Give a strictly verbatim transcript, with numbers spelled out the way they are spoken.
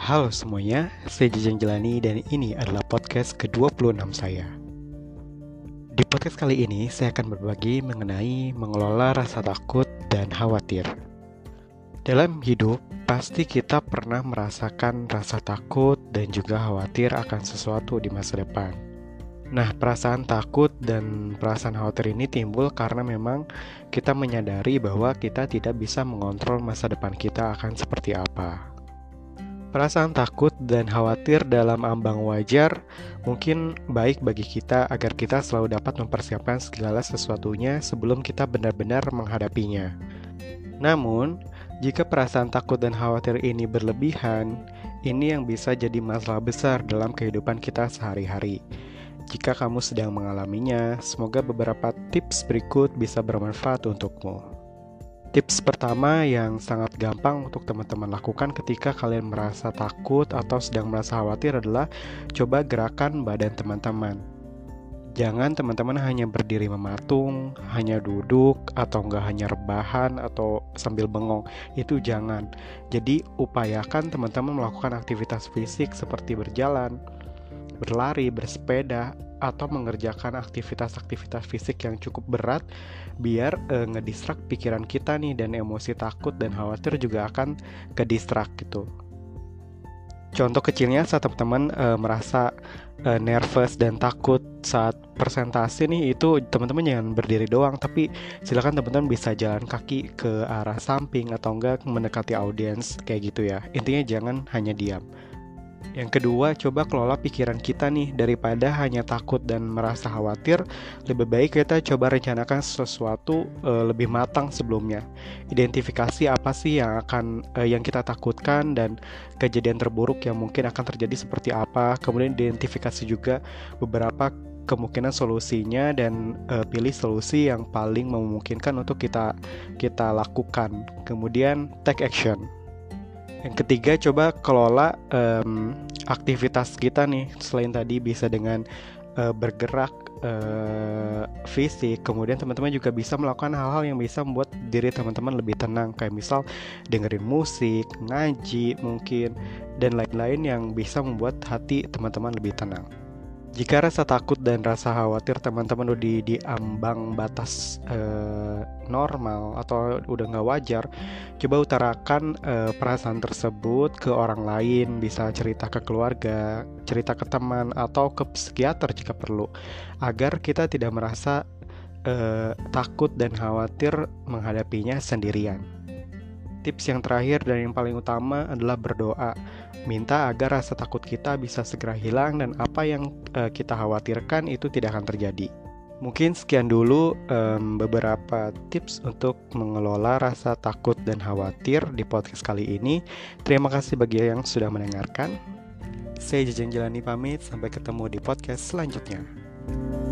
Halo semuanya, saya Jajang Jelani dan ini adalah podcast ke dua puluh enam saya. Di podcast kali ini saya akan berbagi mengenai mengelola rasa takut dan khawatir. Dalam hidup, pasti kita pernah merasakan rasa takut dan juga khawatir akan sesuatu di masa depan. Nah, perasaan takut dan perasaan khawatir ini timbul karena memang kita menyadari bahwa kita tidak bisa mengontrol masa depan kita akan seperti apa. Perasaan takut dan khawatir dalam ambang wajar mungkin baik bagi kita agar kita selalu dapat mempersiapkan segala sesuatunya sebelum kita benar-benar menghadapinya. Namun, jika perasaan takut dan khawatir ini berlebihan, ini yang bisa jadi masalah besar dalam kehidupan kita sehari-hari. Jika kamu sedang mengalaminya, semoga beberapa tips berikut bisa bermanfaat untukmu. Tips pertama yang sangat gampang untuk teman-teman lakukan ketika kalian merasa takut atau sedang merasa khawatir adalah coba gerakan badan teman-teman. Jangan teman-teman hanya berdiri mematung, hanya duduk, atau enggak hanya rebahan, atau sambil bengong. Itu jangan. Jadi upayakan teman-teman melakukan aktivitas fisik seperti berjalan, berlari, bersepeda, atau mengerjakan aktivitas-aktivitas fisik yang cukup berat biar e, ngedistrak pikiran kita nih, dan emosi takut dan khawatir juga akan kedistrak gitu. Contoh kecilnya saat teman-teman e, merasa e, nervous dan takut saat presentasi nih, itu teman-teman jangan berdiri doang, tapi silakan teman-teman bisa jalan kaki ke arah samping atau enggak mendekati audiens kayak gitu ya. Intinya jangan hanya diam. Yang kedua, coba kelola pikiran kita nih. Daripada hanya takut dan merasa khawatir, lebih baik kita coba rencanakan sesuatu e, lebih matang sebelumnya. Identifikasi apa sih yang akan e, yang kita takutkan dan kejadian terburuk yang mungkin akan terjadi seperti apa. Kemudian identifikasi juga beberapa kemungkinan solusinya dan e, pilih solusi yang paling memungkinkan untuk kita kita lakukan. Kemudian take action. Yang ketiga, coba kelola um, aktivitas kita nih. Selain tadi bisa dengan uh, bergerak uh, fisik, kemudian teman-teman juga bisa melakukan hal-hal yang bisa membuat diri teman-teman lebih tenang. Kayak misal dengerin musik, ngaji mungkin, dan lain-lain yang bisa membuat hati teman-teman lebih tenang. Jika rasa takut dan rasa khawatir teman-teman udah di, di ambang batas eh, normal atau udah gak wajar, coba utarakan eh, perasaan tersebut ke orang lain. Bisa cerita ke keluarga, cerita ke teman, atau ke psikiater jika perlu, agar kita tidak merasa eh, takut dan khawatir menghadapinya sendirian. Tips yang terakhir dan yang paling utama adalah berdoa. Minta agar rasa takut kita bisa segera hilang dan apa yang uh, kita khawatirkan itu tidak akan terjadi. Mungkin sekian dulu um, beberapa tips untuk mengelola rasa takut dan khawatir di podcast kali ini. Terima kasih bagi yang sudah mendengarkan. Saya Jajang Jelani pamit, sampai ketemu di podcast selanjutnya.